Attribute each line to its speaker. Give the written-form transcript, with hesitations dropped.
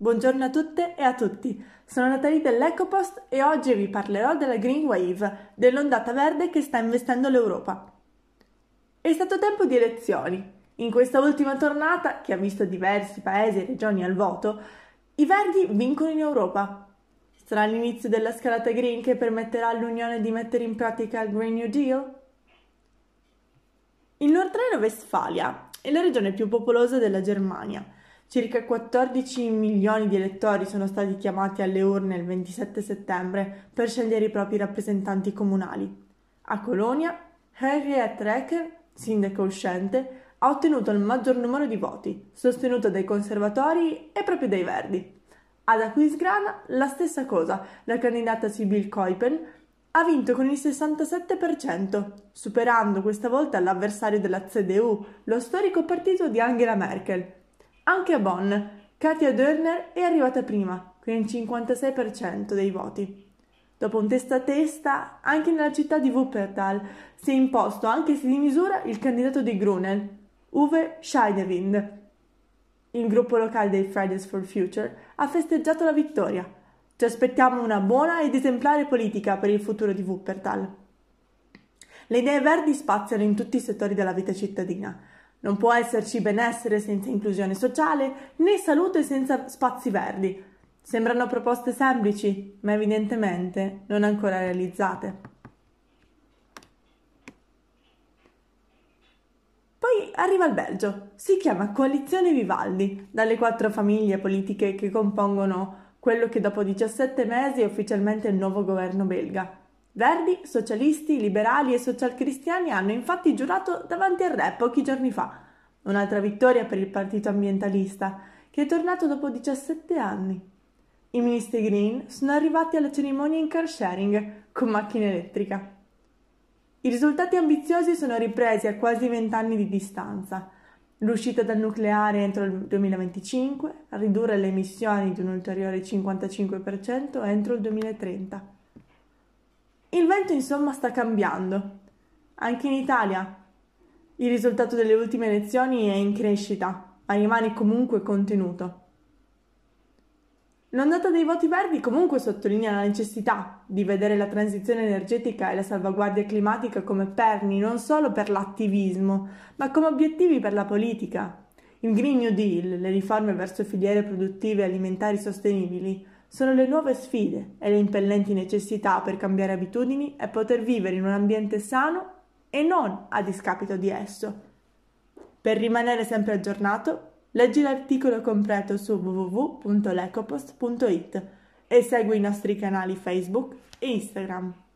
Speaker 1: Buongiorno a tutte e a tutti, sono Natalie dell'Ecopost e oggi vi parlerò della Green Wave, dell'ondata verde che sta investendo l'Europa. È stato tempo di elezioni. In questa ultima tornata, che ha visto diversi paesi e regioni al voto, i Verdi vincono in Europa. Sarà l'inizio della scalata green che permetterà all'Unione di mettere in pratica il Green New Deal? Il Nord Reno-Westfalia è la regione più popolosa della Germania. Circa 14 milioni di elettori sono stati chiamati alle urne il 27 settembre per scegliere i propri rappresentanti comunali. A Colonia, Henriette Reker, sindaco uscente, ha ottenuto il maggior numero di voti, sostenuto dai conservatori e proprio dai Verdi. Ad Aquisgrana la stessa cosa, la candidata Sibylle Kuipen ha vinto con il 67%, superando questa volta l'avversario della CDU, lo storico partito di Angela Merkel. Anche a Bonn, Katja Dörner è arrivata prima, con il 56% dei voti. Dopo un testa a testa, anche nella città di Wuppertal si è imposto, anche se di misura, il candidato di Grünen, Uwe Scheidewind. Il gruppo locale dei Fridays for Future ha festeggiato la vittoria. Ci aspettiamo una buona ed esemplare politica per il futuro di Wuppertal. Le idee verdi spaziano in tutti i settori della vita cittadina. Non può esserci benessere senza inclusione sociale, né salute senza spazi verdi. Sembrano proposte semplici, ma evidentemente non ancora realizzate. Poi arriva il Belgio. Si chiama Coalizione Vivaldi, dalle 4 famiglie politiche che compongono quello che dopo 17 mesi è ufficialmente il nuovo governo belga. Verdi, socialisti, liberali e socialcristiani hanno infatti giurato davanti al re pochi giorni fa. Un'altra vittoria per il partito ambientalista, che è tornato dopo 17 anni. I ministri green sono arrivati alla cerimonia in car sharing, con macchina elettrica. I risultati ambiziosi sono ripresi a quasi 20 anni di distanza. L'uscita dal nucleare entro il 2025, a ridurre le emissioni di un ulteriore 55% entro il 2030. Il vento insomma sta cambiando. Anche in Italia. Il risultato delle ultime elezioni è in crescita, ma rimane comunque contenuto. L'ondata dei voti verdi comunque sottolinea la necessità di vedere la transizione energetica e la salvaguardia climatica come perni non solo per l'attivismo, ma come obiettivi per la politica. Il Green New Deal, le riforme verso filiere produttive e alimentari sostenibili, sono le nuove sfide e le impellenti necessità per cambiare abitudini e poter vivere in un ambiente sano e non a discapito di esso. Per rimanere sempre aggiornato, leggi l'articolo completo su www.lecopost.it e segui i nostri canali Facebook e Instagram.